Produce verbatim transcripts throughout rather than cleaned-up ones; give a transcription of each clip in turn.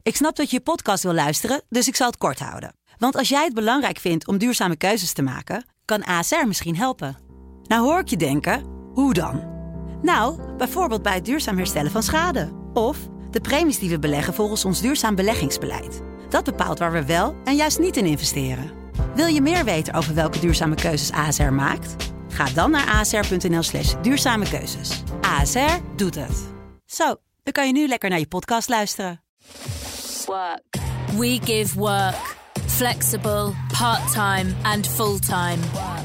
Ik snap dat je je podcast wil luisteren, dus ik zal het kort houden. Want als jij het belangrijk vindt om duurzame keuzes te maken, kan A S R misschien helpen. Nou hoor ik je denken, hoe dan? Nou, bijvoorbeeld bij het duurzaam herstellen van schade. Of de premies die we beleggen volgens ons duurzaam beleggingsbeleid. Dat bepaalt waar we wel en juist niet in investeren. Wil je meer weten over welke duurzame keuzes A S R maakt? Ga dan naar asr.nl slash duurzame keuzes. A S R doet het. Zo, dan kan je nu lekker naar je podcast luisteren. Work. We give work. Flexible, part-time and full-time.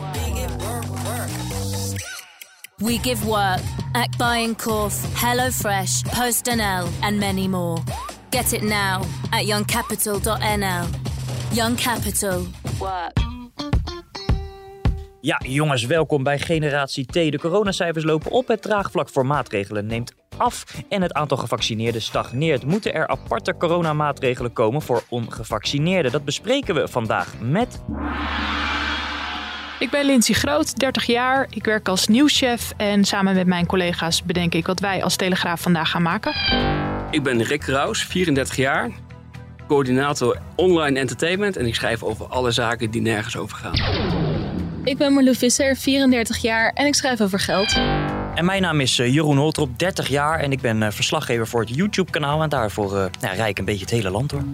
We give work. Act Buy Corf, HelloFresh, PostNL and many more. Get it now at young capital dot n l. Young Capital. Work. Ja, jongens, welkom bij Generatie T. De coronacijfers lopen op, het draagvlak voor maatregelen neemt af en het aantal gevaccineerden stagneert. Moeten er aparte coronamaatregelen komen voor ongevaccineerden? Dat bespreken we vandaag met... Ik ben Lindsay Groot, dertig jaar. Ik werk als nieuwschef en samen met mijn collega's bedenk ik wat wij als Telegraaf vandaag gaan maken. Ik ben Rick Kraus, vierendertig jaar. Coördinator online entertainment en ik schrijf over alle zaken die nergens over gaan. Ik ben Marlou Visser, vierendertig jaar en ik schrijf over geld. En mijn naam is uh, Jeroen Holtrop, dertig jaar en ik ben uh, verslaggever voor het YouTube-kanaal en daarvoor uh, nou, rij ik een beetje het hele land door.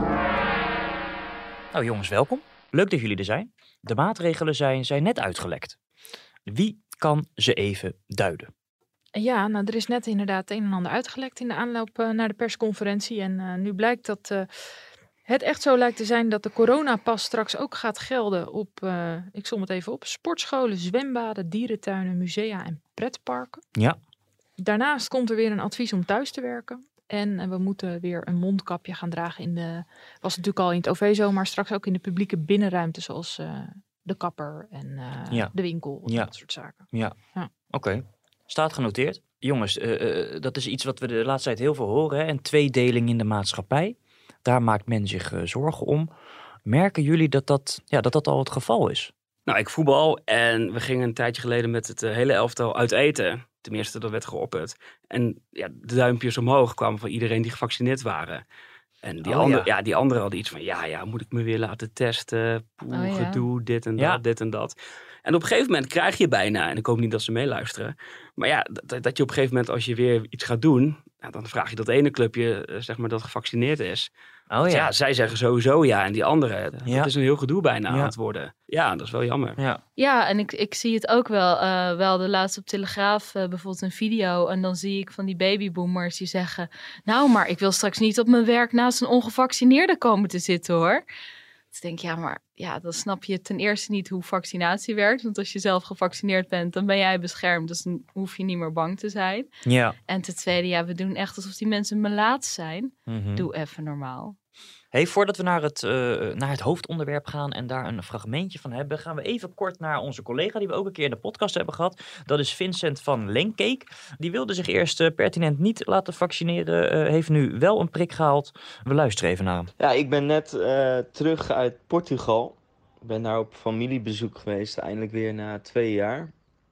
Nou jongens, welkom. Leuk dat jullie er zijn. De maatregelen zijn, zijn net uitgelekt. Wie kan ze even duiden? Ja, nou, er is net inderdaad het een en ander uitgelekt in de aanloop uh, naar de persconferentie. En uh, nu blijkt dat uh, het echt zo lijkt te zijn dat de coronapas straks ook gaat gelden op, uh, ik som het even op, sportscholen, zwembaden, dierentuinen, musea en pretparken. Ja. Daarnaast komt er weer een advies om thuis te werken. En uh, we moeten weer een mondkapje gaan dragen in de, was natuurlijk al in het O V zo, maar straks ook in de publieke binnenruimte zoals uh, de kapper en uh, ja. de winkel en ja. dat soort zaken. Ja, ja. Oké. Okay. Staat genoteerd. Jongens, uh, uh, dat is iets wat we de laatste tijd heel veel horen. Hè? Een tweedeling in de maatschappij. Daar maakt men zich uh, zorgen om. Merken jullie dat dat, ja, dat dat al het geval is? Nou, ik voetbal en we gingen een tijdje geleden met het uh, hele elftal uit eten. Tenminste, dat werd geopperd. En ja, de duimpjes omhoog kwamen van iedereen die gevaccineerd waren. En die, oh, andere, ja. ja, die anderen hadden iets van, ja, ja, moet ik me weer laten testen? Poeh, oh, ja. gedoe, dit en ja. dat, dit en dat. En op een gegeven moment krijg je bijna, en ik hoop niet dat ze meeluisteren, maar ja, dat, dat je op een gegeven moment als je weer iets gaat doen, nou, dan vraag je dat ene clubje, zeg maar, dat gevaccineerd is. Oh, Dus ja. ja, zij zeggen sowieso ja en die anderen, Ja. dat is een heel gedoe bijna Ja. aan het worden. Ja, dat is wel jammer. Ja. Ja, en ik, ik zie het ook wel. Uh, wel de laatste op Telegraaf uh, bijvoorbeeld een video. En dan zie ik van die babyboomers die zeggen, nou, maar ik wil straks niet op mijn werk naast een ongevaccineerde komen te zitten, hoor. Dus denk ik, ja, maar ja, dan snap je ten eerste niet hoe vaccinatie werkt. Want als je zelf gevaccineerd bent, dan ben jij beschermd. Dus dan hoef je niet meer bang te zijn. Ja. En ten tweede, ja, we doen echt alsof die mensen melaats zijn. Mm-hmm. Doe even normaal. Hey, voordat we naar het, uh, naar het hoofdonderwerp gaan en daar een fragmentje van hebben, gaan we even kort naar onze collega die we ook een keer in de podcast hebben gehad. Dat is Vincent van Lenkeek. Die wilde zich eerst uh, pertinent niet laten vaccineren, uh, heeft nu wel een prik gehaald. We luisteren even naar hem. Ja, ik ben net uh, terug uit Portugal. Ik ben daar op familiebezoek geweest, eindelijk weer na twee jaar.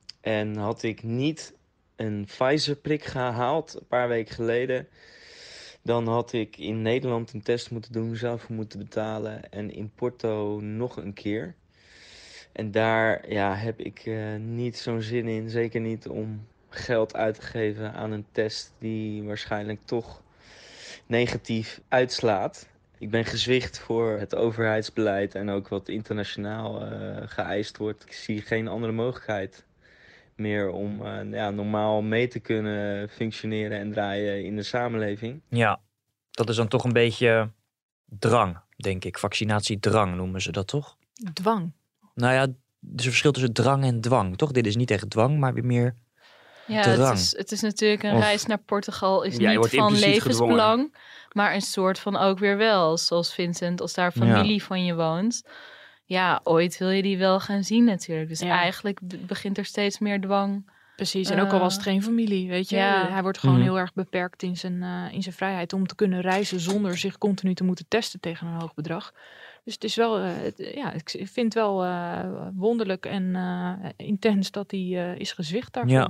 En had ik niet een Pfizer-prik gehaald, een paar weken geleden, dan had ik in Nederland een test moeten doen, zelf moeten betalen. En in Porto nog een keer. En daar ja, heb ik uh, niet zo'n zin in, zeker niet om geld uit te geven aan een test die waarschijnlijk toch negatief uitslaat. Ik ben gezwicht voor het overheidsbeleid en ook wat internationaal uh, geëist wordt. Ik zie geen andere mogelijkheid meer om uh, ja, normaal mee te kunnen functioneren en draaien in de samenleving. Ja, dat is dan toch een beetje drang, denk ik. Vaccinatiedrang noemen ze dat toch? Dwang. Nou ja, er is een verschil tussen drang en dwang, toch? Dit is niet echt dwang, maar weer meer Ja, drang. het is, het is natuurlijk een Of... reis naar Portugal is Ja, je niet wordt van impliciet levensbelang, gedwongen. maar een soort van ook weer wel. Zoals Vincent, als daar familie Ja. van je woont. Ja, ooit wil je die wel gaan zien natuurlijk. Dus Ja. eigenlijk b- begint er steeds meer dwang. Precies, en ook al was het geen familie, weet je. Ja. Hij wordt gewoon Mhm. heel erg beperkt in zijn, uh, in zijn vrijheid om te kunnen reizen zonder zich continu te moeten testen tegen een hoog bedrag. Dus het is wel, uh, het, ja, ik vind het wel uh, wonderlijk en uh, intens dat hij uh, is gezwicht daarvoor. Ja.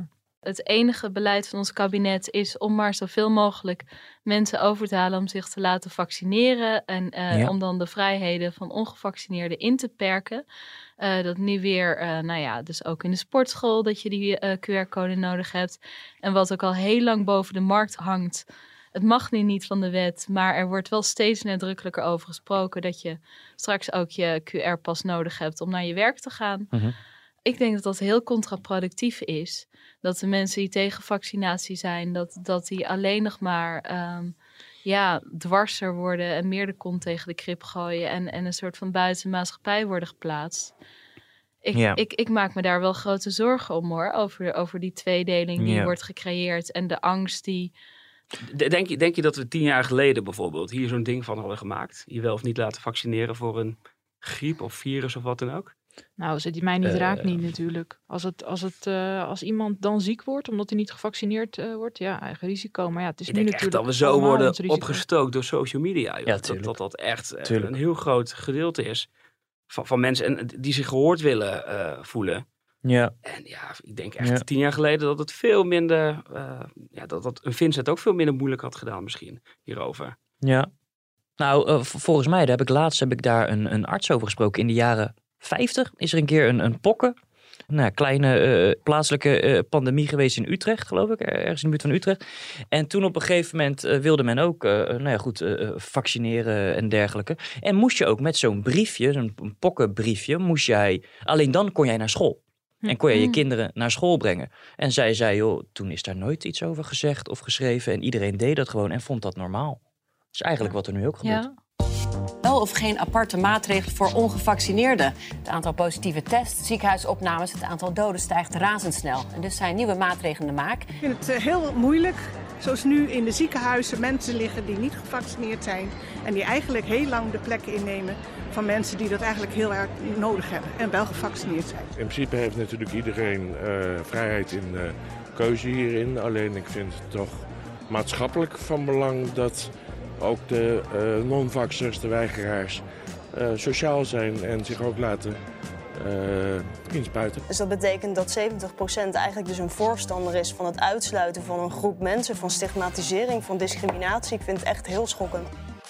Het enige beleid van ons kabinet is om maar zoveel mogelijk mensen over te halen om zich te laten vaccineren. En uh, ja. om dan de vrijheden van ongevaccineerden in te perken. Uh, dat nu weer, uh, nou ja, dus ook in de sportschool dat je die uh, Q R-code nodig hebt. En wat ook al heel lang boven de markt hangt. Het mag nu niet van de wet, maar er wordt wel steeds nadrukkelijker over gesproken dat je straks ook je Q R-pas nodig hebt om naar je werk te gaan. Mm-hmm. Ik denk dat dat heel contraproductief is. Dat de mensen die tegen vaccinatie zijn, dat, dat die alleen nog maar um, ja, dwarser worden en meer de kont tegen de krip gooien en, en een soort van buiten maatschappij worden geplaatst. Ik, ja. ik, ik maak me daar wel grote zorgen om hoor, over, over die tweedeling die ja. wordt gecreëerd en de angst die... Denk je, denk je dat we tien jaar geleden bijvoorbeeld hier zo'n ding van hadden gemaakt? Je wel of niet laten vaccineren voor een griep of virus of wat dan ook? Nou, als het mij niet uh, raakt, niet natuurlijk. Als, het, als, het, uh, als iemand dan ziek wordt, omdat hij niet gevaccineerd uh, wordt, ja, eigen risico. Maar ja, het is ik nu denk natuurlijk echt dat we zo worden opgestookt door social media. Joh. Ja, dat, dat dat echt uh, een heel groot gedeelte is van, van mensen en, die zich gehoord willen uh, voelen. Ja. En ja, ik denk echt ja. tien jaar geleden dat het veel minder, uh, ja, dat, dat een Vincent ook veel minder moeilijk had gedaan misschien hierover. Ja. Nou, uh, volgens mij, daar heb ik laatst heb ik daar een, een arts over gesproken. In de jaren vijftig is er een keer een, een pokken, nou, kleine uh, plaatselijke uh, pandemie geweest in Utrecht, geloof ik, ergens in de buurt van Utrecht. En toen op een gegeven moment uh, wilde men ook uh, nou ja, goed, uh, vaccineren en dergelijke. En moest je ook met zo'n briefje, zo'n pokkenbriefje, moest jij, alleen dan kon jij naar school. En kon je je kinderen naar school brengen. En zij zei, joh, toen is daar nooit iets over gezegd of geschreven. En iedereen deed dat gewoon en vond dat normaal. Dat is eigenlijk wat er nu ook gebeurt. Ja. Wel of geen aparte maatregelen voor ongevaccineerden. Het aantal positieve tests, ziekenhuisopnames, het aantal doden stijgt razendsnel. En dus zijn nieuwe maatregelen in de maak. Ik vind het heel moeilijk, zoals nu in de ziekenhuizen mensen liggen die niet gevaccineerd zijn. En die eigenlijk heel lang de plekken innemen van mensen die dat eigenlijk heel erg nodig hebben en wel gevaccineerd zijn. In principe heeft natuurlijk iedereen uh, vrijheid in uh, keuze hierin. Alleen ik vind het toch maatschappelijk van belang dat ook de uh, non-vaxxers, de weigeraars, uh, sociaal zijn en zich ook laten uh, inspuiten. Dus dat betekent dat zeventig procent eigenlijk dus een voorstander is van het uitsluiten van een groep mensen, van stigmatisering, van discriminatie. Ik vind het echt heel schokkend.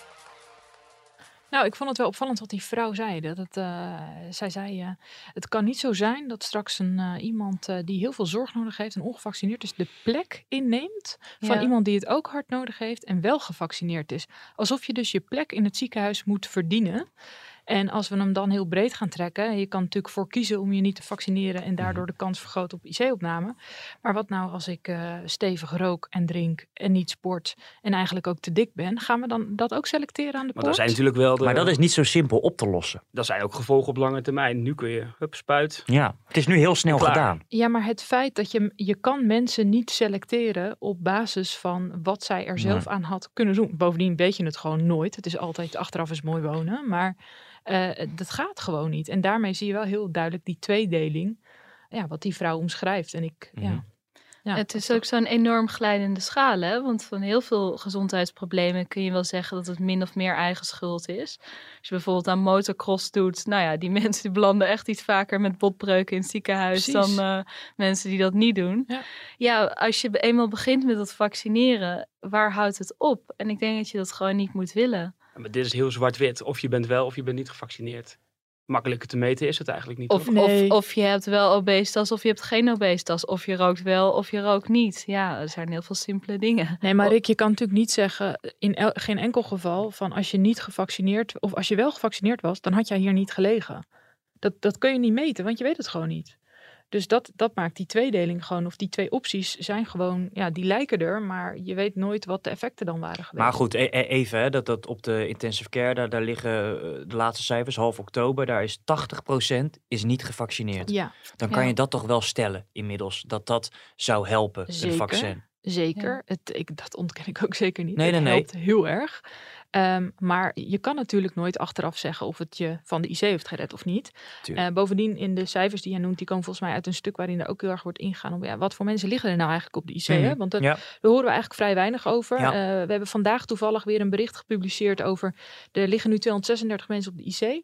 Nou, ik vond het wel opvallend wat die vrouw zei. Dat het, uh, zij zei, uh, het kan niet zo zijn dat straks een, uh, iemand uh, die heel veel zorg nodig heeft en ongevaccineerd is, de plek inneemt van ja. iemand die het ook hard nodig heeft en wel gevaccineerd is. Alsof je dus je plek in het ziekenhuis moet verdienen. En als we hem dan heel breed gaan trekken, je kan natuurlijk voor kiezen om je niet te vaccineren en daardoor de kans vergroten op I C-opname. Maar wat nou als ik uh, stevig rook en drink en niet sport en eigenlijk ook te dik ben, gaan we dan dat ook selecteren aan de maar poort? Dat zijn natuurlijk wel de... Maar dat is niet zo simpel op te lossen. Dat zijn ook gevolgen op lange termijn. Nu kun je, hup, spuit. Ja, het is nu heel snel Klaar. gedaan. Ja, maar het feit dat je, je kan mensen niet selecteren op basis van wat zij er zelf nee. aan had kunnen doen. Bovendien weet je het gewoon nooit. Het is altijd achteraf is mooi wonen, maar Uh, dat gaat gewoon niet. En daarmee zie je wel heel duidelijk die tweedeling. Ja, wat die vrouw omschrijft. En ik, mm-hmm. ja, ja, het is ook zo'n enorm glijdende schaal. Hè? Want van heel veel gezondheidsproblemen kun je wel zeggen dat het min of meer eigen schuld is. Als je bijvoorbeeld aan motocross doet. Nou ja, die mensen die belanden echt iets vaker met botbreuken in het ziekenhuis Precies. dan uh, mensen die dat niet doen. Ja. ja, als je eenmaal begint met dat vaccineren, waar houdt het op? En ik denk dat je dat gewoon niet moet willen. Maar dit is heel zwart-wit. Of je bent wel of je bent niet gevaccineerd. Makkelijker te meten is het eigenlijk niet. Of, nee. of, of je hebt wel obesitas of je hebt geen obesitas. Of je rookt wel of je rookt niet. Ja, er zijn heel veel simpele dingen. Nee, maar Rick, je kan natuurlijk niet zeggen in el- geen enkel geval van als je niet gevaccineerd of als je wel gevaccineerd was, dan had jij hier niet gelegen. Dat, dat kun je niet meten, want je weet het gewoon niet. Dus dat, dat maakt die tweedeling gewoon, of die twee opties zijn gewoon, ja, die lijken er, maar je weet nooit wat de effecten dan waren geweest. Maar goed, e- even, hè, dat, dat op de intensive care, daar, daar liggen de laatste cijfers, half oktober, daar is tachtig procent is niet gevaccineerd. Ja. Dan kan ja. je dat toch wel stellen inmiddels, dat dat zou helpen, Zeker. een vaccin. Zeker, ja. het, ik, dat ontken ik ook zeker niet. Nee, nee, het nee. helpt heel erg. Um, maar je kan natuurlijk nooit achteraf zeggen of het je van de I C heeft gered of niet. Uh, bovendien in de cijfers die jij noemt, die komen volgens mij uit een stuk waarin er ook heel erg wordt ingegaan op ja, wat voor mensen liggen er nou eigenlijk op de I C. Mm-hmm. Hè? Want dat, ja. daar horen we eigenlijk vrij weinig over. Ja. Uh, we hebben vandaag toevallig weer een bericht gepubliceerd over, er liggen nu tweehonderdzesendertig mensen op de I C.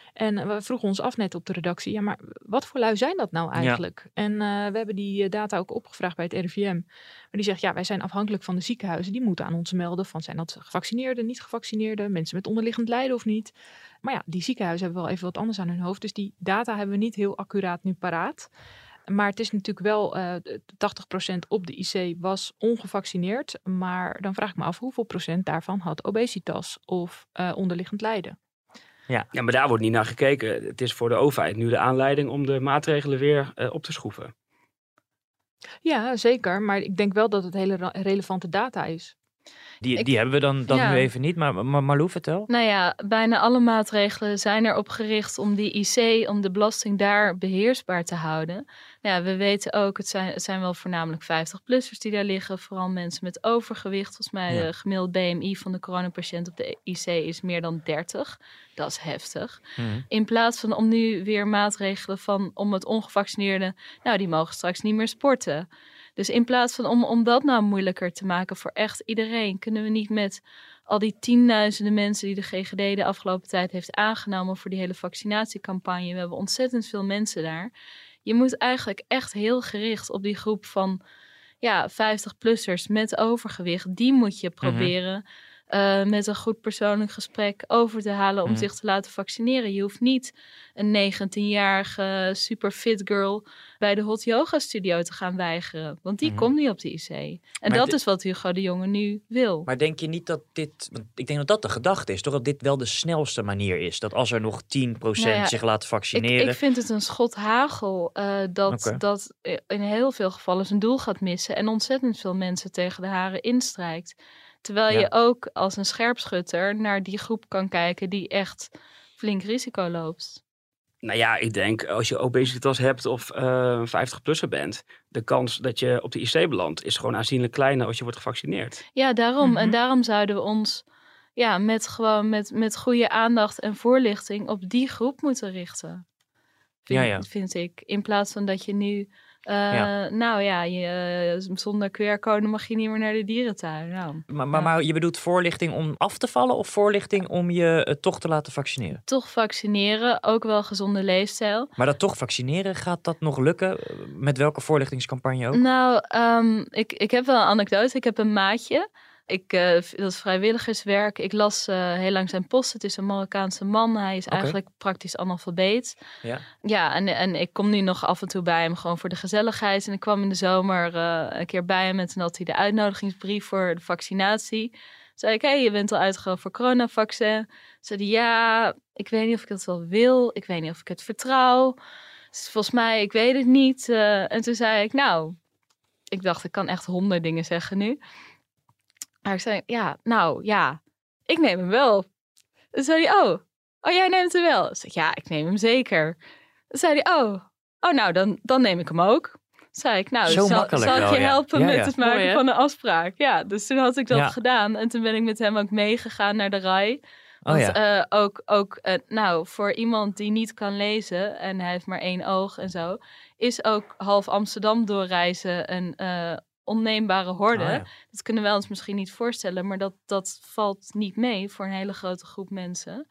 En we vroegen ons af net op de redactie, ja, maar wat voor lui zijn dat nou eigenlijk? Ja. En uh, we hebben die data ook opgevraagd bij het R I V M. Maar die zegt, ja, wij zijn afhankelijk van de ziekenhuizen. Die moeten aan ons melden van, zijn dat gevaccineerden, niet gevaccineerden, mensen met onderliggend lijden of niet? Maar ja, die ziekenhuizen hebben wel even wat anders aan hun hoofd. Dus die data hebben we niet heel accuraat nu paraat. Maar het is natuurlijk wel, uh, tachtig procent op de I C was ongevaccineerd. Maar dan vraag ik me af, hoeveel procent daarvan had obesitas of uh, onderliggend lijden? Ja. ja, maar daar wordt niet naar gekeken. Het is voor de overheid nu de aanleiding om de maatregelen weer uh, op te schroeven. Ja, zeker. Maar ik denk wel dat het hele re- relevante data is. Die, Ik, die hebben we dan, dan ja. nu even niet, maar, maar Marlou, vertel. Nou ja, bijna alle maatregelen zijn erop gericht om die I C, om de belasting daar beheersbaar te houden. Nou ja, we weten ook, het zijn, het zijn wel voornamelijk vijftig-plussers die daar liggen, vooral mensen met overgewicht. Volgens mij ja. de gemiddeld B M I van de coronapatiënt op de I C is meer dan dertig. Dat is heftig. Hmm. In plaats van om nu weer maatregelen van om het ongevaccineerde, nou die mogen straks niet meer sporten. Dus in plaats van om, om dat nou moeilijker te maken voor echt iedereen, kunnen we niet met al die tienduizenden mensen die de G G D de afgelopen tijd heeft aangenomen voor die hele vaccinatiecampagne. We hebben ontzettend veel mensen daar. Je moet eigenlijk echt heel gericht op die groep van ja, vijftig-plussers met overgewicht. Die moet je proberen mm-hmm. Uh, met een goed persoonlijk gesprek over te halen om mm. zich te laten vaccineren. Je hoeft niet een negentienjarige superfit girl bij de hot yoga studio te gaan weigeren. Want die mm. komt niet op de I C. En maar dat de... is wat Hugo de Jonge nu wil. Maar denk je niet dat dit... Want ik denk dat dat de gedachte is. Toch dat dit wel de snelste manier is. Dat als er nog tien procent nou ja, zich laat vaccineren... Ik, ik vind het een schot hagel uh, dat, okay. dat in heel veel gevallen zijn doel gaat missen. En ontzettend veel mensen tegen de haren instrijkt. Terwijl ja. je ook als een scherpschutter naar die groep kan kijken die echt flink risico loopt. Nou ja, ik denk als je obesitas hebt of uh, vijftig-plusser bent, de kans dat je op de I C belandt is gewoon aanzienlijk kleiner als je wordt gevaccineerd. Ja, daarom. Mm-hmm. En daarom zouden we ons ja, met, gewoon met, met goede aandacht en voorlichting op die groep moeten richten. Vind, ja, ja. vind ik. In plaats van dat je nu... Uh, ja. Nou ja, je, zonder Q R-code mag je niet meer naar de dierentuin. Nou, maar, maar, maar je bedoelt voorlichting om af te vallen of voorlichting om je uh, toch te laten vaccineren? Toch vaccineren, ook wel gezonde leefstijl. Maar dat toch vaccineren, gaat dat nog lukken? Met welke voorlichtingscampagne ook? Nou, um, ik, ik heb wel een anekdote. Ik heb een maatje. Ik, uh, dat is vrijwilligerswerk. Ik las uh, heel lang zijn post. Het is een Marokkaanse man. Hij is okay. eigenlijk praktisch analfabeet. Ja, ja en, en ik kom nu nog af en toe bij hem gewoon voor de gezelligheid. En ik kwam in de zomer uh, een keer bij hem en toen had hij de uitnodigingsbrief voor de vaccinatie. Toen zei ik, hé, hey, je bent al uitgekomen voor coronavaccin. Zei hij, ja, ik weet niet of ik dat wel wil. Ik weet niet of ik het vertrouw. Dus volgens mij, ik weet het niet. Uh, en toen zei ik, nou, ik dacht, ik kan echt honderd dingen zeggen nu. Maar ik zei, ja, nou, ja, ik neem hem wel. Dan zei hij, oh, oh, jij neemt hem wel. Ik zei, ja, ik neem hem zeker. Dan zei hij, oh, oh nou, dan, dan neem ik hem ook. Dan zei ik, nou, Zo zal, makkelijk zal ik wel, je ja. helpen Ja, met ja. het maken Mooi, van een afspraak? Ja, dus toen had ik dat Ja. gedaan. En toen ben ik met hem ook meegegaan naar de R A I. Want Oh ja. uh, ook, ook uh, nou, voor iemand die niet kan lezen en hij heeft maar één oog en zo, is ook half Amsterdam doorreizen een uh, onneembare horde. Oh ja. Dat kunnen we ons misschien niet voorstellen, maar dat, dat valt niet mee voor een hele grote groep mensen.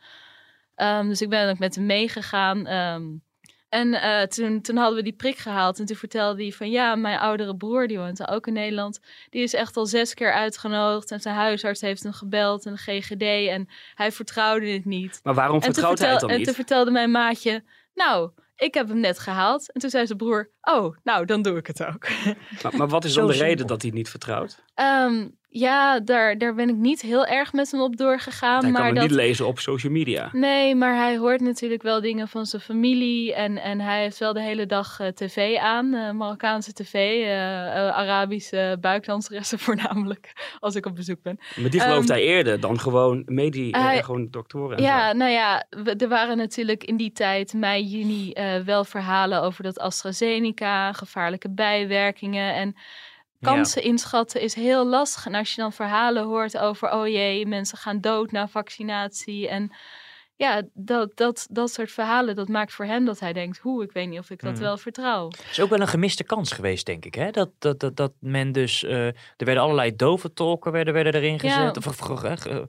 Um, dus ik ben ook met hem meegegaan. Um, en uh, toen, toen hadden we die prik gehaald en toen vertelde hij van ja, mijn oudere broer, die woont dan ook in Nederland, die is echt al zes keer uitgenodigd en zijn huisarts heeft hem gebeld en de G G D en hij vertrouwde het niet. Maar waarom En vertrouwt toen hij het vertel- dan En toen niet? vertelde mijn maatje, nou, ik heb hem net gehaald. En toen zei zijn broer, oh, nou, dan doe ik het ook. Maar, maar wat is Zo dan de simpel. reden dat hij het niet vertrouwt? Um, ja, daar, daar ben ik niet heel erg met hem op doorgegaan. Hij maar kan het dat... niet lezen op social media. Nee, maar hij hoort natuurlijk wel dingen van zijn familie. En, en hij heeft wel de hele dag uh, tv aan. Uh, Marokkaanse tv. Uh, uh, Arabische buikdanseressen voornamelijk. Als ik op bezoek ben. Maar die gelooft Um, hij eerder dan gewoon medie, hij- uh, gewoon doktoren. En Ja, zo. nou ja, we- er waren natuurlijk in die tijd, mei, juni, uh, wel verhalen over dat AstraZeneca, gevaarlijke bijwerkingen en kansen inschatten is heel lastig. En als je dan verhalen hoort over, oh jee, mensen gaan dood na vaccinatie en ja, dat, dat, dat soort verhalen, dat maakt voor hem dat hij denkt, hoe, ik weet niet of ik dat Mhm. wel vertrouw. Het is ook wel een gemiste kans geweest, denk ik. Hè? Dat, dat, dat, dat men dus... Uh, er werden allerlei doventolken werden, werden erin gezet. Ja. Of, of, of, uh,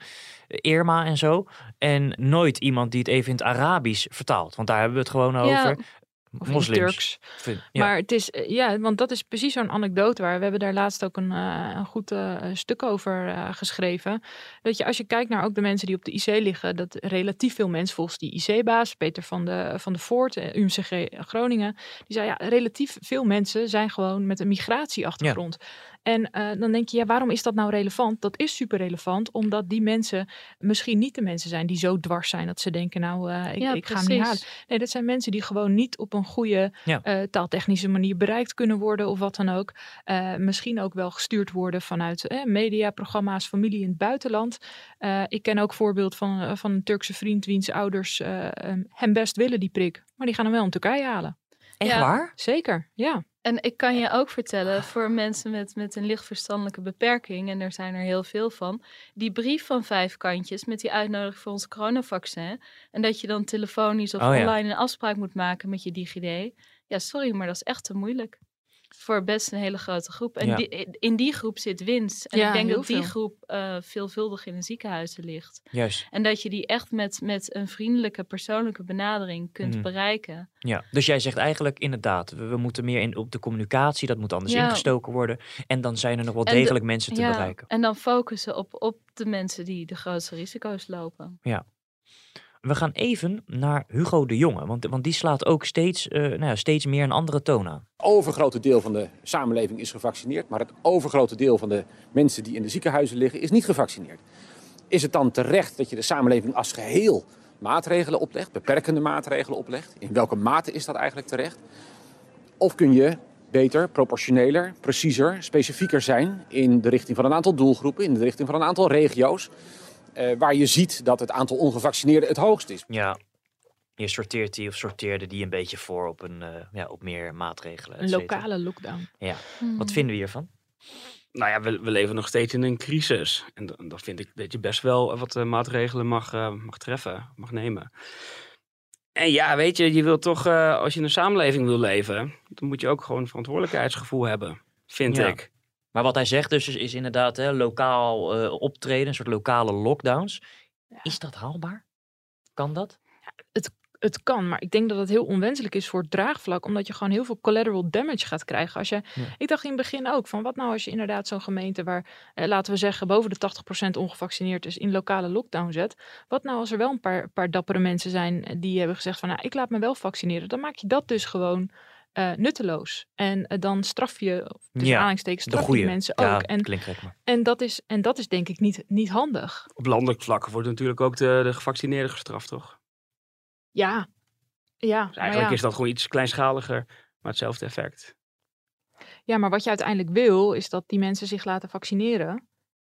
Irma en zo. En nooit iemand die het even in het Arabisch vertaalt. Want daar hebben we het gewoon over. Ja. Of in Moslims. Turks. Vind, ja. Maar het is, ja, want dat is precies zo'n anekdote waar we hebben daar laatst ook een, uh, een goed uh, stuk over uh, geschreven. Dat je, als je kijkt naar ook de mensen die op de I C liggen, dat relatief veel mensen, volgens die I C-baas, Peter van de, van de Voort, U M C G Groningen, die zei ja, relatief veel mensen zijn gewoon met een migratieachtergrond. Ja. En uh, dan denk je, ja, waarom is dat nou relevant? Dat is super relevant, omdat die mensen misschien niet de mensen zijn die zo dwars zijn dat ze denken, nou, uh, ik, ja, ik ga hem niet halen. Nee, dat zijn mensen die gewoon niet op een goede ja. uh, taaltechnische manier bereikt kunnen worden of wat dan ook. Uh, misschien ook wel gestuurd worden vanuit eh, mediaprogramma's, familie in het buitenland. Uh, ik ken ook voorbeeld van, uh, van een Turkse vriend wiens ouders uh, um, hem best willen, die prik. Maar die gaan hem wel in Turkije halen. Echt ja. waar? Zeker, ja. En ik kan je ook vertellen, voor mensen met, met een licht verstandelijke beperking, en er zijn er heel veel van, die brief van vijf kantjes met die uitnodiging voor ons coronavaccin, en dat je dan telefonisch of oh, online ja. een afspraak moet maken met je DigiD. Ja, sorry, maar dat is echt te moeilijk. Voor best een hele grote groep. En ja. die, in die groep zit winst. En ja, ik denk dat die veel. groep uh, veelvuldig in de ziekenhuizen ligt. Juist. En dat je die echt met, met een vriendelijke, persoonlijke benadering kunt mm. bereiken. Ja, dus jij zegt eigenlijk inderdaad, we, we moeten meer in op de communicatie, dat moet anders ja. ingestoken worden. En dan zijn er nog wel en degelijk de, mensen te ja, bereiken. En dan focussen op, op de mensen die de grootste risico's lopen. Ja. We gaan even naar Hugo de Jonge, want, want die slaat ook steeds, uh, nou ja, steeds meer een andere toon aan. Het overgrote deel van de samenleving is gevaccineerd, maar het overgrote deel van de mensen die in de ziekenhuizen liggen is niet gevaccineerd. Is het dan terecht dat je de samenleving als geheel maatregelen oplegt, beperkende maatregelen oplegt? In welke mate is dat eigenlijk terecht? Of kun je beter, proportioneler, preciezer, specifieker zijn in de richting van een aantal doelgroepen, in de richting van een aantal regio's? Uh, waar je ziet dat het aantal ongevaccineerden het hoogst is. Ja, je sorteert die of sorteerde die een beetje voor op, een, uh, ja, op meer maatregelen. Een lokale lockdown. Ja. Hmm. Wat vinden we hiervan? Nou ja, we, we leven nog steeds in een crisis. En dan, dan vind ik dat je best wel wat uh, maatregelen mag, uh, mag treffen, mag nemen. En ja, weet je, je wilt toch, uh, als je in een samenleving wil leven, dan moet je ook gewoon een verantwoordelijkheidsgevoel hebben, vind ja. ik. Maar wat hij zegt dus is, is inderdaad hè, lokaal uh, optreden, een soort lokale lockdowns. Ja. Is dat haalbaar? Kan dat? Ja, het, het kan, maar ik denk dat het heel onwenselijk is voor het draagvlak, omdat je gewoon heel veel collateral damage gaat krijgen. Als je, ja. Ik dacht in het begin ook van, wat nou als je inderdaad zo'n gemeente waar, eh, laten we zeggen, boven de tachtig procent ongevaccineerd is, in lokale lockdown zet. Wat nou als er wel een paar, paar dappere mensen zijn die hebben gezegd van, nou, ik laat me wel vaccineren. Dan maak je dat dus gewoon Uh, nutteloos. En uh, dan straf je, tussen ja, aanhalingstekens, straf je mensen ja, ook. En, klinkt gek, maar. En, dat is, en dat is denk ik niet, niet handig. Op landelijk vlak wordt natuurlijk ook de, de gevaccineerden gestraft, toch? Ja. ja dus eigenlijk ja. is dat gewoon iets kleinschaliger, maar hetzelfde effect. Ja, maar wat je uiteindelijk wil, is dat die mensen zich laten vaccineren.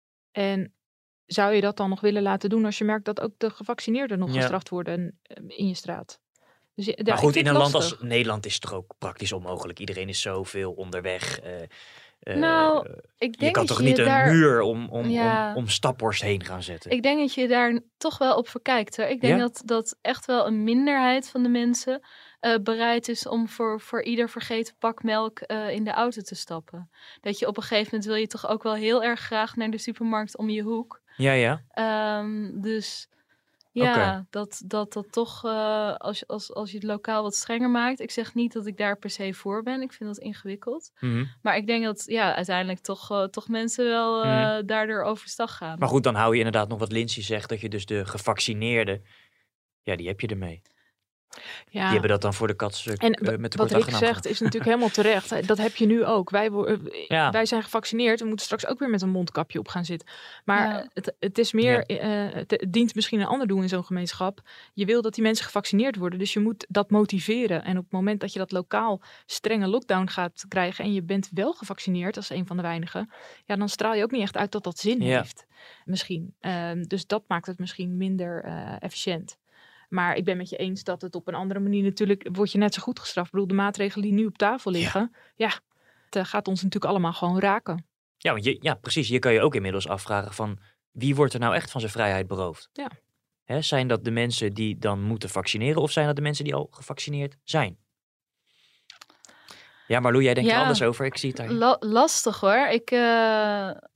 En zou je dat dan nog willen laten doen als je merkt dat ook de gevaccineerden nog ja. gestraft worden in je straat? Dus ja, maar goed, in een lastig. land als Nederland is het toch ook praktisch onmogelijk. Iedereen is zoveel onderweg. Uh, uh, nou, ik denk je kan toch je niet een daar... muur om, om, ja. om, om Staphorst heen gaan zetten? Ik denk dat je daar toch wel op verkijkt. Hoor. Ik denk ja? dat, dat echt wel een minderheid van de mensen uh, bereid is om voor, voor ieder vergeten pak melk uh, in de auto te stappen. Dat je op een gegeven moment wil je toch ook wel heel erg graag naar de supermarkt om je hoek. Ja, ja. Um, dus... Ja, okay. dat, dat dat toch, uh, als, als, als je het lokaal wat strenger maakt. Ik zeg niet dat ik daar per se voor ben. Ik vind dat ingewikkeld. Mm-hmm. Maar ik denk dat ja, uiteindelijk toch, uh, toch mensen wel uh, mm-hmm. daardoor overstag gaan. Maar goed, dan hou je inderdaad nog wat Lindsay zegt. Dat je dus de gevaccineerden, ja, die heb je ermee. Ja. Die hebben dat dan voor de kat uh, en met de wat Rick zegt is natuurlijk helemaal terecht. Dat heb je nu ook. Wij, uh, ja. wij zijn gevaccineerd. We moeten straks ook weer met een mondkapje op gaan zitten. Maar ja. het, het is meer, ja. uh, het, het dient misschien een ander doel in zo'n gemeenschap. Je wil dat die mensen gevaccineerd worden. Dus je moet dat motiveren. En op het moment dat je dat lokaal strenge lockdown gaat krijgen en je bent wel gevaccineerd als een van de weinigen, ja, dan straal je ook niet echt uit dat dat zin ja. heeft. Misschien. Uh, dus dat maakt het misschien minder uh, efficiënt. Maar ik ben met je eens dat het op een andere manier natuurlijk wordt je net zo goed gestraft. Ik bedoel, de maatregelen die nu op tafel liggen, ja, ja het gaat ons natuurlijk allemaal gewoon raken. Ja, want je, ja, precies. Je kan je ook inmiddels afvragen van wie wordt er nou echt van zijn vrijheid beroofd? Ja. Hè, zijn dat de mensen die dan moeten vaccineren of zijn dat de mensen die al gevaccineerd zijn? Ja, Marlou, jij denkt ja, er anders over. Ik zie het daar. La- lastig hoor. Ik, uh,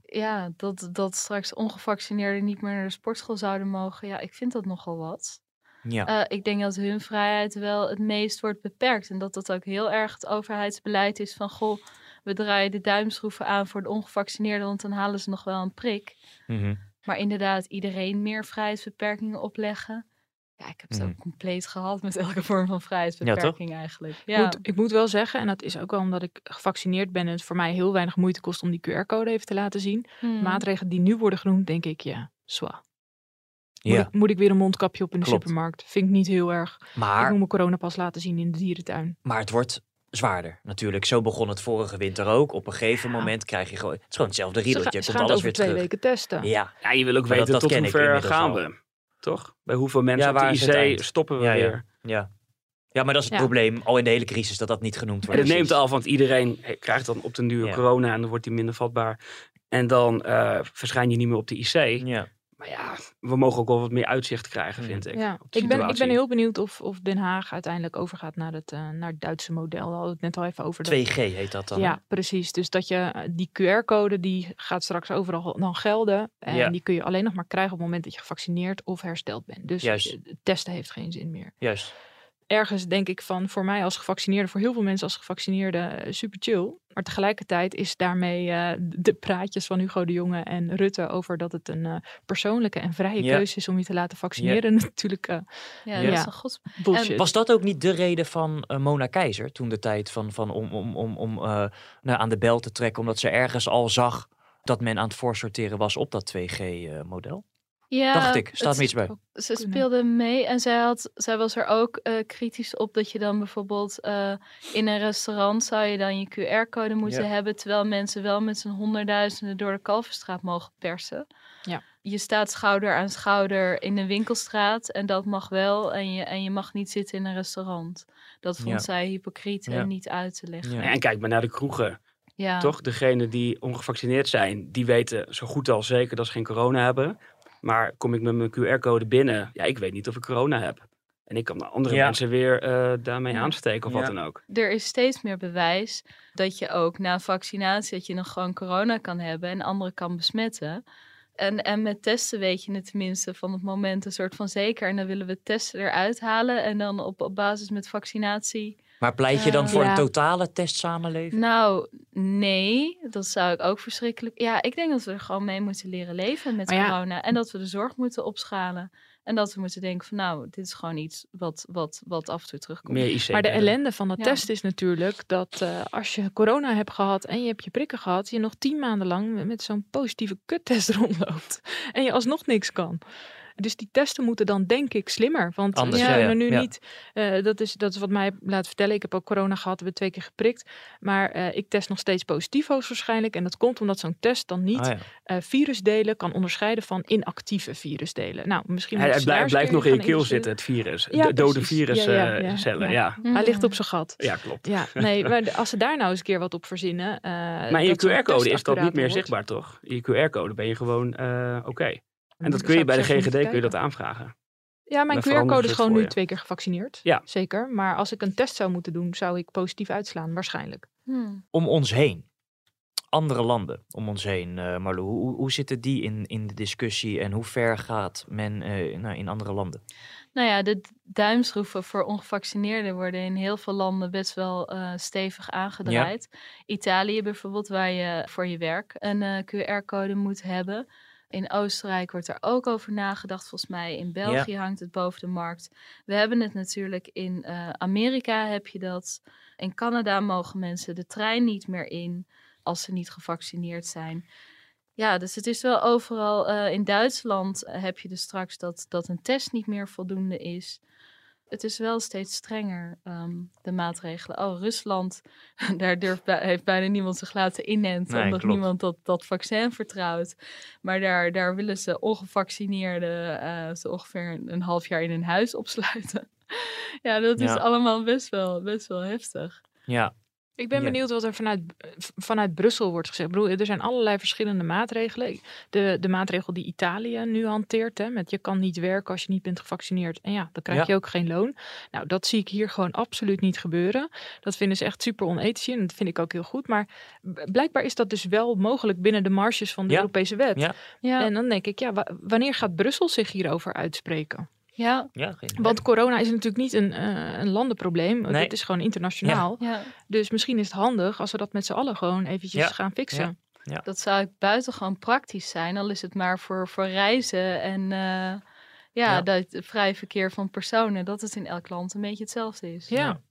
ja, dat, dat straks ongevaccineerden niet meer naar de sportschool zouden mogen. Ja, ik vind dat nogal wat. Ja. Uh, ik denk dat hun vrijheid wel het meest wordt beperkt. En dat dat ook heel erg het overheidsbeleid is van... goh, we draaien de duimschroeven aan voor de ongevaccineerden... want dan halen ze nog wel een prik. Mm-hmm. Maar inderdaad, iedereen meer vrijheidsbeperkingen opleggen... Ja, ik heb het Mm. ook compleet gehad met elke vorm van vrijheidsbeperking ja, eigenlijk. Ja. Moet, ik moet wel zeggen, en dat is ook wel omdat ik gevaccineerd ben... en het voor mij heel weinig moeite kost om die Q R-code even te laten zien. Hmm. Maatregelen die nu worden genoemd, denk ik, ja, zwaar. Moet, Ja. ik, moet ik weer een mondkapje op in de Klopt. supermarkt? Vind ik niet heel erg. Maar, ik moet mijn coronapas laten zien in de dierentuin. maar het wordt zwaarder natuurlijk. Zo begon het vorige winter ook. Op een gegeven Ja. moment krijg je gewoon... Het is gewoon hetzelfde Ze, riedeltje. ga, ze Komt gaan het alles over weer twee terug. weken testen. Ja. Ja, je wil ook Maar weten dat- dat tot ken ik hoe ver inmiddels gaan al. we. Toch? Bij hoeveel mensen Ja, op de waar is het I C eind? stoppen we Ja, weer. ja, ja. Ja, maar dat is het Ja. probleem. Al in de hele crisis dat dat niet genoemd En wordt. het neemt Precies. al, want iedereen krijgt dan op den duur Ja. corona en dan wordt hij minder vatbaar. En dan uh, verschijn je niet meer op de I C. Ja. Maar ja, we mogen ook wel wat meer uitzicht krijgen, vind ik. Ja. op de Ik, ben, ik situatie. ben heel benieuwd of, of Den Haag uiteindelijk overgaat naar het, uh, naar het Duitse model. Daar hadden we het net al even over. twee G heet dat dan. Ja, hè? precies. Dus dat je uh, die Q R-code die gaat straks overal dan gelden. En Ja. die kun je alleen nog maar krijgen op het moment dat je gevaccineerd of hersteld bent. Dus Juist. uh, testen heeft geen zin meer. Juist. Ergens denk ik van voor mij als gevaccineerde, voor heel veel mensen als gevaccineerde, uh, super chill. Maar tegelijkertijd is daarmee uh, de praatjes van Hugo de Jonge en Rutte over dat het een uh, persoonlijke en vrije Ja. keuze is om je te laten vaccineren. Ja. Natuurlijk uh, Ja, Ja. dat is een gods... bullshit. En Was dat ook niet de reden van uh, Mona Keizer toen de tijd van, van om, om, om, om uh, nou, aan de bel te trekken, omdat ze ergens al zag dat men aan het voorsorteren was op dat twee G-model? Ja, Dacht ik, staat het- me iets bij. Ze speelde mee en zij, had, zij was er ook uh, kritisch op dat je dan bijvoorbeeld uh, in een restaurant zou je dan je Q R-code moeten Ja. hebben, terwijl mensen wel met z'n honderdduizenden door de Kalverstraat mogen persen. Ja. Je staat schouder aan schouder in een winkelstraat en dat mag wel en je, en je mag niet zitten in een restaurant. Dat vond Ja. zij hypocriet Ja. en niet uit te leggen. Ja. En kijk maar naar de kroegen. Ja. Toch? Degenen die ongevaccineerd zijn, die weten zo goed als zeker dat ze geen corona hebben. Maar kom ik met mijn Q R-code binnen, ja, ik weet niet of ik corona heb. En ik kan andere Ja. mensen weer uh, daarmee Ja. aansteken of Ja. wat dan ook. Er is steeds meer bewijs dat je ook na vaccinatie dat je nog gewoon corona kan hebben en anderen kan besmetten. En, en met testen weet je het tenminste van het moment een soort van zeker. En dan willen we testen eruit halen en dan op, op basis met vaccinatie. Maar pleit je dan Uh, voor ja. een totale testsamenleving? Nou, nee, dat zou ik ook verschrikkelijk... Ja, ik denk dat we er gewoon mee moeten leren leven met Maar ja. corona. En dat we de zorg moeten opschalen. En dat we moeten denken van nou, dit is gewoon iets wat, wat, wat af en toe terugkomt. Meer I C. Maar de bedden. ellende van dat Ja. test is natuurlijk dat uh, als je corona hebt gehad en je hebt je prikken gehad, je nog tien maanden lang met, met zo'n positieve kuttest rondloopt en je alsnog niks kan. Dus die testen moeten dan denk ik slimmer. Want Anders, we ja, kunnen ja, nu ja. niet, uh, dat, is, dat is wat mij laat vertellen. Ik heb ook corona gehad, heb twee keer geprikt. Maar uh, ik test nog steeds positief hoogstwaarschijnlijk. En dat komt omdat zo'n test dan niet Ah, ja. uh, virusdelen kan onderscheiden van inactieve virusdelen. Nou, misschien Hij, moeten hij ze blijft, daar blijft eens nog in je gaan keel investeren. zitten, het virus. Ja, de dode precies. viruscellen. Ja, ja, ja, ja, ja. ja. Mhm. Hij ligt op zijn gat. Ja, klopt. Ja, nee, maar als ze daar nou eens een keer wat op verzinnen. Uh, Maar in je dat zo'n Q R-code test is dat niet meer accurater zichtbaar, toch? In je Q R-code ben je gewoon uh, oké. Okay. En dat Dan kun je zou bij ik de zelfs G G D moeten kun je dat kijken. aanvragen. Ja, mijn Dan Q veranderen R-code ze is het gewoon voor nu je. twee keer gevaccineerd. Ja. Zeker. Maar als ik een test zou moeten doen, zou ik positief uitslaan. Waarschijnlijk. Hmm. Om ons heen. Andere landen om ons heen, uh, Marlou. Hoe, hoe zitten die in, in de discussie en hoe ver gaat men uh, nou, in andere landen? Nou ja, de duimschroeven voor ongevaccineerden worden in heel veel landen best wel uh, stevig aangedraaid. Ja. Italië bijvoorbeeld, waar je voor je werk een uh, Q R-code moet hebben. In Oostenrijk wordt er ook over nagedacht. Volgens mij in België ja. hangt het boven de markt. We hebben het natuurlijk in uh, Amerika heb je dat. In Canada mogen mensen de trein niet meer in als ze niet gevaccineerd zijn. Ja, dus het is wel overal. Uh, in Duitsland heb je dus straks dat, dat een test niet meer voldoende is. Het is wel steeds strenger, um, de maatregelen. Oh, Rusland, daar durft, heeft bijna niemand zich laten inenten, nee, omdat klopt. niemand dat, dat vaccin vertrouwt. Maar daar, daar willen ze ongevaccineerden uh, zo ongeveer een, een half jaar in een huis opsluiten. Ja, dat is Ja. allemaal best wel, best wel heftig. Ja. Ik ben Ja. benieuwd wat er vanuit, vanuit Brussel wordt gezegd. Ik bedoel, er zijn allerlei verschillende maatregelen. De, de maatregel die Italië nu hanteert, hè, met je kan niet werken als je niet bent gevaccineerd. En ja, dan krijg Ja. je ook geen loon. Nou, dat zie ik hier gewoon absoluut niet gebeuren. Dat vinden ze echt super onethisch en dat vind ik ook heel goed. Maar b- blijkbaar is dat dus wel mogelijk binnen de marges van de Ja. Europese wet. Ja. Ja, En dan denk ik, ja, wa- wanneer gaat Brussel zich hierover uitspreken? ja, Ja, geen idee. Want corona is natuurlijk niet een, eh, een landenprobleem. Nee. Dit is gewoon internationaal. ja. Dus misschien is het handig als we dat met z'n allen gewoon eventjes Ja. gaan fixen. Ja. Dat zou buitengewoon praktisch zijn. Al is het maar voor, voor reizen en uh, ja, Ja. dat het vrij verkeer van personen. Dat het in elk land een beetje hetzelfde is. Ja. Ja.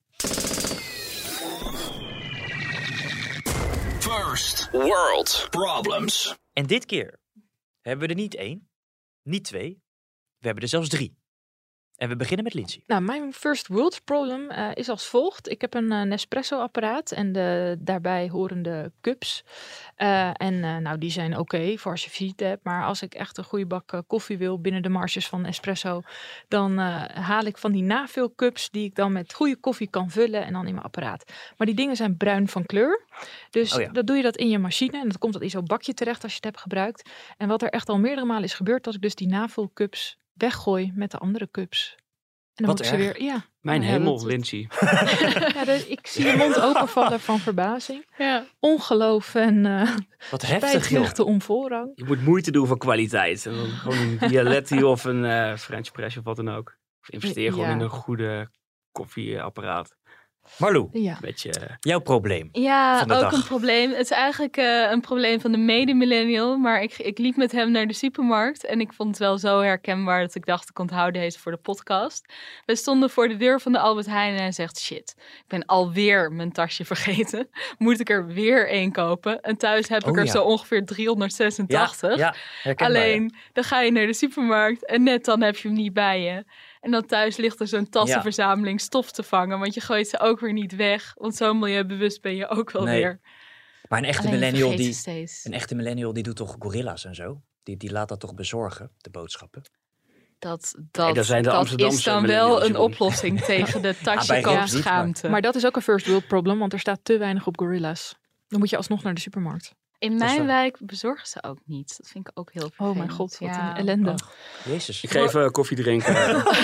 First World Problems. En dit keer hebben we er niet één, niet twee, we hebben er zelfs drie. En we beginnen met Lindsay. Nou, mijn first world problem uh, is als volgt. Ik heb een uh, Nespresso-apparaat en de daarbij horende cups. Uh, en uh, nou, die zijn oké okay voor als je visite hebt. Maar als ik echt een goede bak uh, koffie wil binnen de marges van Nespresso, dan uh, haal ik van die navulcups die ik dan met goede koffie kan vullen en dan in mijn apparaat. Maar die dingen zijn bruin van kleur. Dus Oh ja. dan doe je dat in je machine en dat komt dat in zo'n bakje terecht als je het hebt gebruikt. En wat er echt al meerdere malen is gebeurd, dat ik dus die navulcups weggooi met de andere cups. En dan Wat moet ik ze erg. weer, ja. Mijn Nou ja, hemel, dat- Lindsay. ja, de- ik zie je mond openvallen van verbazing. Ja. Ongeloof en uh, Wat heftig, joh. spijtluchten om voorrang. Je moet moeite doen voor kwaliteit. En dan gewoon een Dialetti of een uh, French press of wat dan ook. Of investeer gewoon Ja. in een goede koffieapparaat. Marlou, Een beetje... jouw probleem. Ja, Van de ook dag. een probleem. Het is eigenlijk uh, een probleem van de mede-millennial. Maar ik, ik liep met hem naar de supermarkt. En ik vond het wel zo herkenbaar dat ik dacht ik onthoud deze voor de podcast. We stonden voor de deur van de Albert Heijn en hij zegt: shit, ik ben alweer mijn tasje vergeten. Moet ik er weer één kopen? En thuis heb ik Oh, er ja. zo ongeveer driehonderdzesentachtig. Ja, ja, herkenbaar, Alleen, dan ga je naar de supermarkt en net dan heb je hem niet bij je. En dan thuis ligt er zo'n tassenverzameling stof te vangen. Want je gooit ze ook weer niet weg. Want zo milieubewust ben je ook wel Nee. weer. Maar een echte Alleen je millennial vergeet die, ze steeds. een echte millennial die doet toch gorilla's en zo? Die, die laat dat toch bezorgen, de boodschappen? Dat, dat, Nee, dat zijn de dat Amsterdamse is dan millennials, wel een Jeroen. oplossing tegen de Ah, bij Rick niet, tasjekoopschaamte. Maar dat is ook een first world problem, want er staat te weinig op Gorilla's. Dan moet je alsnog naar de supermarkt. In is mijn waar. wijk bezorgen ze ook niet. Dat vind ik ook heel vervelend. Oh mijn god, wat Ja. een ellende. Oh, Jezus. Ik geef uh, koffie drinken.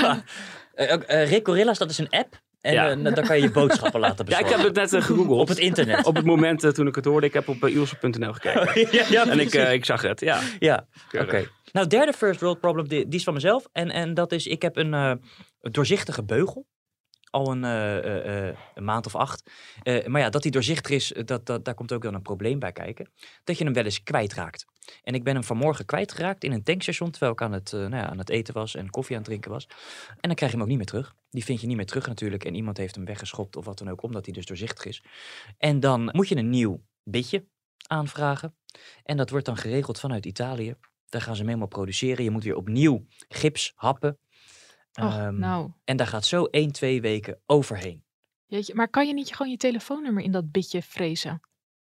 Eh, eh, Rick Gorilla's, dat is een app. En Ja. eh, dan kan je je boodschappen laten Ja, bezorgen. ik heb het net uh, gegoogeld. Op het internet. Op het moment uh, toen ik het hoorde. Ik heb op uh, ilse punt n l gekeken. ja, ja, En ik, precies. uh, ik zag het, ja. Ja, oké. Keurig. Nou, derde first world problem, die, die is van mezelf. En, en dat is, ik heb een uh, doorzichtige beugel. Al een, uh, uh, uh, een maand of acht. Uh, maar ja, dat die doorzichtig is, dat, dat, daar komt ook dan een probleem bij kijken. Dat je hem wel eens kwijtraakt. En ik ben hem vanmorgen kwijtgeraakt in een tankstation, terwijl ik aan het, uh, nou ja, aan het eten was en koffie aan het drinken was. En dan krijg je hem ook niet meer terug. Die vind je niet meer terug natuurlijk. En iemand heeft hem weggeschopt of wat dan ook, omdat hij dus doorzichtig is. En dan moet je een nieuw bitje aanvragen. En dat wordt dan geregeld vanuit Italië. Daar gaan ze hem helemaal produceren. Je moet weer opnieuw gips happen. Och, Ehm, nou, En daar gaat zo één, twee weken overheen. jeetje. Maar kan je niet gewoon je telefoonnummer in dat bitje frezen?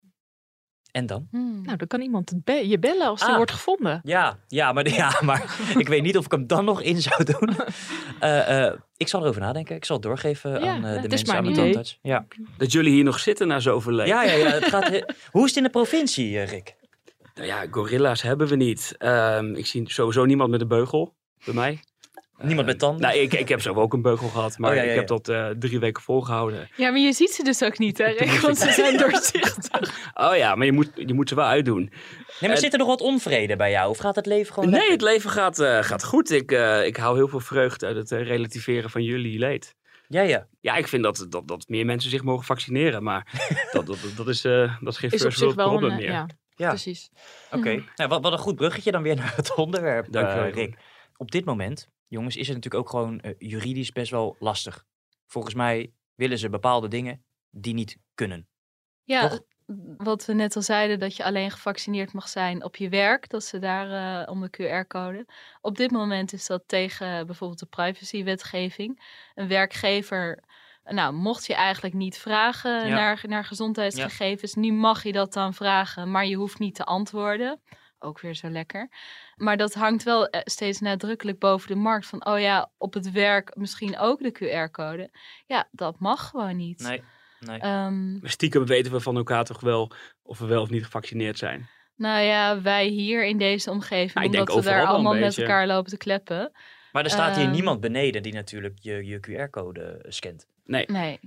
En dan? Hmm. Nou, dan kan iemand het be- je bellen als die Ah. wordt gevonden. Ja, ja, maar, ja, maar ik weet niet of ik hem dan nog in zou doen. Uh, uh, ik zal erover nadenken. Ik zal het doorgeven Ja, aan uh, het de is mensen maar aan een mijn idee. tandarts. Ja. Dat jullie hier nog zitten na zoveel leven. Ja, ja, ja. Het gaat he- Hoe is het in de provincie, uh, Rick? Nou ja, gorilla's hebben we niet. Um, ik zie sowieso niemand met een beugel bij mij. Niemand met tanden? Nou, ik, ik heb zelf ook een beugel gehad, maar Oh, ja, ja, ik heb ja. dat uh, drie weken volgehouden. Ja, maar je ziet ze dus ook niet, hè? Rick? Want ze zijn doorzichtig. Oh ja, maar je moet, je moet ze wel uitdoen. Nee, maar En- zit er nog wat onvrede bij jou? Of gaat het leven gewoon Nee, lekker? het leven gaat, uh, gaat goed. Ik, uh, ik hou heel veel vreugde uit het uh, relativeren van jullie leed. Ja, ja. Ja, ik vind dat, dat, dat meer mensen zich mogen vaccineren, maar dat, dat, dat, is, uh, dat is geen Is op first zich world wel problem een, meer. uh, ja, Ja. precies. Oké. Mhm. Nou, wat, wat een goed bruggetje dan weer naar het onderwerp, uh, Dank je wel, Rick. Op dit moment, jongens, is het natuurlijk ook gewoon uh, juridisch best wel lastig. Volgens mij willen ze bepaalde dingen die niet kunnen. Ja, Toch? wat we net al zeiden, dat je alleen gevaccineerd mag zijn op je werk. Dat ze daar uh, om de Q R-code. Op dit moment is dat tegen bijvoorbeeld de privacywetgeving. Een werkgever, nou, mocht je eigenlijk niet vragen Ja. naar, naar gezondheidsgegevens. Nu mag je dat dan vragen, maar je hoeft niet te antwoorden. Ook weer zo lekker. Maar dat hangt wel steeds nadrukkelijk boven de markt. Van, oh ja, op het werk misschien ook de Q R-code. Ja, dat mag gewoon niet. Nee. Nee. Um, maar stiekem weten we van elkaar toch wel of we wel of niet gevaccineerd zijn. Nou ja, wij hier in deze omgeving, nou, omdat we daar allemaal met elkaar lopen te kleppen. Maar er staat hier um, niemand beneden die natuurlijk je, je Q R-code scant. Nee. Nee.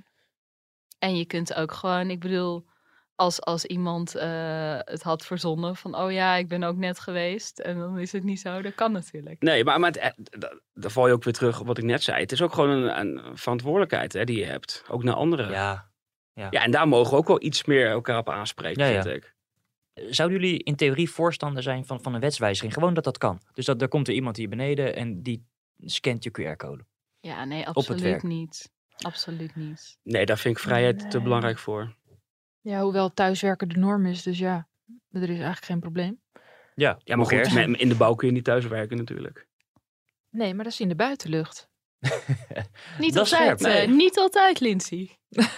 En je kunt ook gewoon, ik bedoel, als, als iemand uh, het had verzonnen van, oh ja, ik ben ook net geweest. En dan is het niet zo, dat kan natuurlijk. Nee, maar, maar het, daar val je ook weer terug op wat ik net zei. Het is ook gewoon een, een verantwoordelijkheid hè, die je hebt. Ook naar anderen. Ja. Ja. ja, en daar mogen we ook wel iets meer elkaar op aanspreken, ja, vind ja. ik. Zouden jullie in theorie voorstander zijn van, van een wetswijziging? Gewoon dat dat kan. Dus dat er komt er iemand hier beneden en die scant je Q R-code. Ja, nee, absoluut niet. Absoluut niet. Nee, daar vind ik vrijheid nee. te belangrijk voor. Ja, hoewel thuiswerken de norm is, dus ja, er is eigenlijk geen probleem. Ja, ja maar goed, met, in de bouw kun je niet thuiswerken natuurlijk. Nee, maar dat is in de buitenlucht. niet, altijd, nee. uh, niet altijd, Lindsay.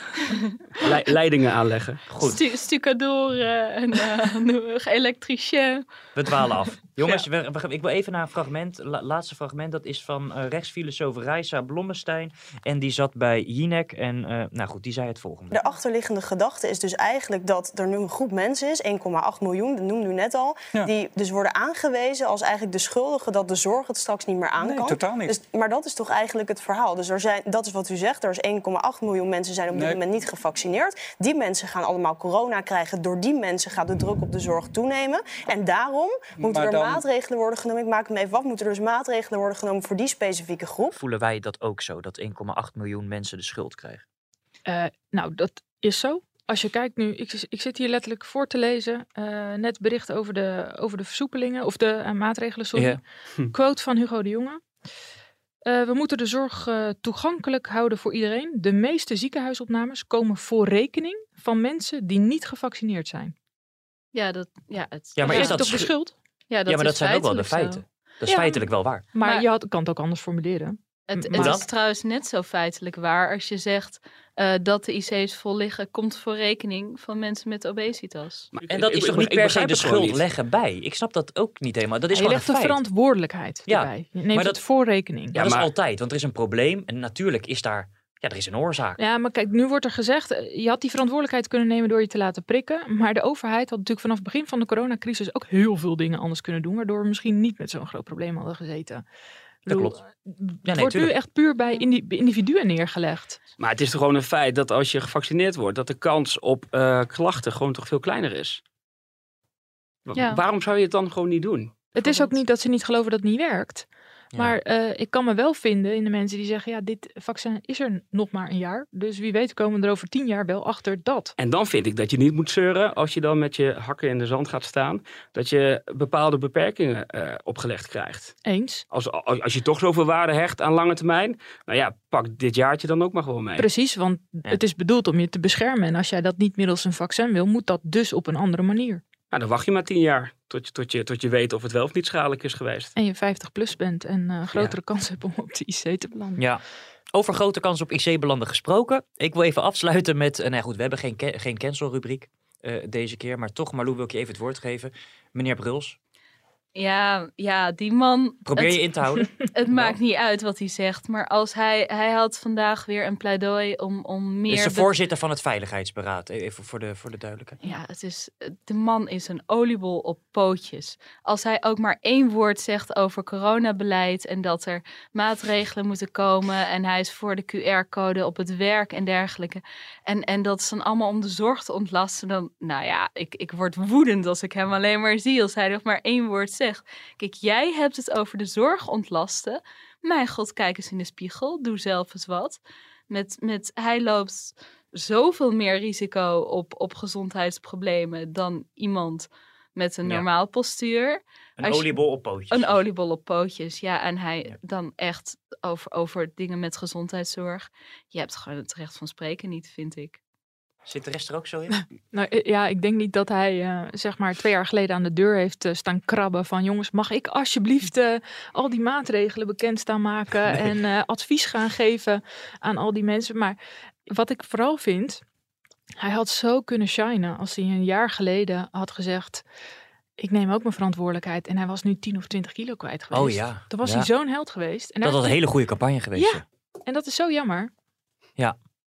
Le- leidingen aanleggen. Goed. Stu- stucadoren en uh, elektricien. We dwalen af. Jongens, ja. we, we, ik wil even naar een fragment. La, laatste fragment, dat is van uh, rechtsfilosoof Reisa Blommestein. En die zat bij Jinek. En uh, nou goed, die zei het volgende. De achterliggende gedachte is dus eigenlijk dat er nu een groep mensen is, één komma acht miljoen, dat noemde u net al. Ja. Die dus worden aangewezen als eigenlijk de schuldigen dat de zorg het straks niet meer aan nee, kan. Totaal niet. Dus, maar dat is toch eigenlijk het verhaal. Dus er zijn, dat is wat u zegt, er is één komma acht miljoen mensen zijn op dit nee. moment niet gevaccineerd. Die mensen gaan allemaal corona krijgen. Door die mensen gaat de druk op de zorg toenemen. En daarom moeten maar er dan... maatregelen worden genomen. Ik maak hem even af. Moeten er dus maatregelen worden genomen voor die specifieke groep? Voelen wij dat ook zo, dat één komma acht miljoen mensen de schuld krijgen? Uh, nou, dat is zo. Als je kijkt nu, ik, ik zit hier letterlijk voor te lezen. Uh, net bericht over de, over de versoepelingen, of de uh, maatregelen, sorry. Yeah. Hm. Quote van Hugo de Jonge. Uh, we moeten de zorg uh, toegankelijk houden voor iedereen. De meeste ziekenhuisopnames komen voor rekening van mensen die niet gevaccineerd zijn. Ja, dat, ja, het ja, maar is dat toch de schuld? Ja, dat, ja, maar dat zijn ook wel de zo. feiten. Dat is ja, feitelijk wel waar. Maar, maar je had, kan het ook anders formuleren. Het, het is trouwens net zo feitelijk waar als je zegt uh, dat de I C's vol liggen, komt voor rekening van mensen met obesitas. Maar, en dat ik, is ik, toch ik, niet per se de schuld leggen bij? Ik snap dat ook niet helemaal. Dat is ja, je legt de verantwoordelijkheid ja. erbij. Je neemt maar het dat, voor rekening. Ja, ja, dat maar, is altijd, want er is een probleem en natuurlijk is daar... Ja, er is een oorzaak. Ja, maar kijk, nu wordt er gezegd, je had die verantwoordelijkheid kunnen nemen door je te laten prikken. Maar de overheid had natuurlijk vanaf het begin van de coronacrisis ook heel veel dingen anders kunnen doen. Waardoor we misschien niet met zo'n groot probleem hadden gezeten. Dat klopt. Ja, nee, het wordt tuurlijk. nu echt puur bij individuen neergelegd. Maar het is toch gewoon een feit dat als je gevaccineerd wordt, dat de kans op uh, klachten gewoon toch veel kleiner is. Ja. Waarom zou je het dan gewoon niet doen? Het is ook niet dat ze niet geloven dat het niet werkt. Ja. Maar uh, ik kan me wel vinden in de mensen die zeggen, ja, dit vaccin is er nog maar een jaar. Dus wie weet komen we er over tien jaar wel achter dat. En dan vind ik dat je niet moet zeuren als je dan met je hakken in de zand gaat staan, dat je bepaalde beperkingen uh, opgelegd krijgt. Eens. Als, als, als je toch zoveel waarde hecht aan lange termijn, nou ja, pak dit jaartje dan ook maar gewoon mee. Precies, want ja. het is bedoeld om je te beschermen. En als jij dat niet middels een vaccin wil, moet dat dus op een andere manier. Nou, dan wacht je maar tien jaar tot je, tot, je, tot je weet of het wel of niet schadelijk is geweest. En je vijftig plus bent en uh, grotere ja. kans hebt om op de I C te belanden. Ja, over grote kans op I C belanden gesproken. Ik wil even afsluiten met, uh, nou goed, we hebben geen, ca- geen cancel-rubriek uh, deze keer. Maar toch, Marlou, wil ik je even het woord geven. Meneer Bruls. Ja, ja, die man... Probeer je het, in te houden. Het maakt niet uit wat hij zegt. Maar als hij, hij had vandaag weer een pleidooi om, om meer... Is de be- voorzitter van het Veiligheidsberaad. Even voor de, voor de duidelijkheid. Ja, het is, de man is een oliebol op pootjes. Als hij ook maar één woord zegt over coronabeleid en dat er maatregelen moeten komen en hij is voor de Q R-code op het werk en dergelijke. En, en dat is dan allemaal om de zorg te ontlasten. Dan, nou ja, ik, ik word woedend als ik hem alleen maar zie. Als hij nog maar één woord zegt. Kijk, jij hebt het over de zorg ontlasten. Mijn god, kijk eens in de spiegel. Doe zelf eens wat. Met, met, hij loopt zoveel meer risico op, op gezondheidsproblemen dan iemand met een ja. normaal postuur. Een Als oliebol op pootjes. Een oliebol op pootjes, ja. En hij ja. dan echt over, over dingen met gezondheidszorg. Je hebt gewoon het recht van spreken niet, vind ik. Zit de rest er ook zo in? Nou ja, ik denk niet dat hij uh, zeg maar twee jaar geleden aan de deur heeft uh, staan krabben van jongens, mag ik alsjeblieft uh, al die maatregelen bekend staan maken nee. en uh, advies gaan geven aan al die mensen. Maar wat ik vooral vind, hij had zo kunnen shinen als hij een jaar geleden had gezegd, ik neem ook mijn verantwoordelijkheid. En hij was nu tien of twintig kilo kwijt geweest. Oh ja. Dan was ja. hij zo'n held geweest. En dat was een hele goede campagne geweest. Ja, en dat is zo jammer. Ja.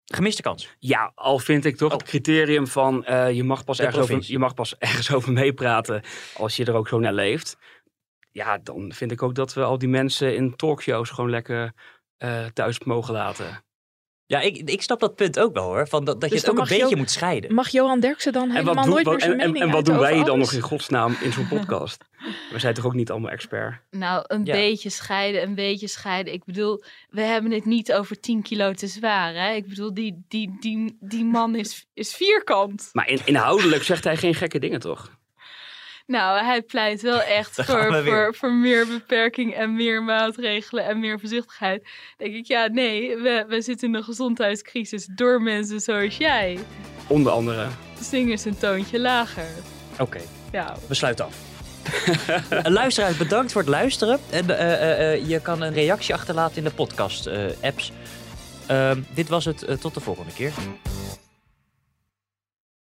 Gemiste kans. Ja, al vind ik toch Oh. het criterium van uh, je, mag pas De ergens over, provincie. je mag pas ergens over meepraten als je er ook zo naar leeft. Ja, dan vind ik ook dat we al die mensen in talkshows gewoon lekker uh, thuis mogen laten. Ja, ik, ik snap dat punt ook wel hoor. Van dat, dat Dus je het ook dan een mag beetje Jo- moet scheiden. Mag Johan Derksen dan En helemaal wat, doe, nooit wat, meer zijn en, en, mening en wat uiten doen wij over dan alles? nog in godsnaam in zo'n podcast? We zijn toch ook niet allemaal expert? Nou, een Ja. beetje scheiden, een beetje scheiden. Ik bedoel, we hebben het niet over tien kilo te zwaar, hè? Ik bedoel, die, die, die, die man is, is vierkant. Maar in, inhoudelijk zegt hij geen gekke dingen, toch? Nou, hij pleit wel echt Daar gaan we voor, weer. voor, voor meer beperking en meer maatregelen en meer voorzichtigheid. Denk ik, ja, nee, we, we zitten in een gezondheidscrisis door mensen zoals jij. Onder andere. Zing eens een toontje lager. Oké, okay, Ja. we sluiten af. Luisteraar, bedankt voor het luisteren. En, uh, uh, uh, je kan een reactie achterlaten in de podcast uh, apps. Uh, dit was het. Uh, tot de volgende keer.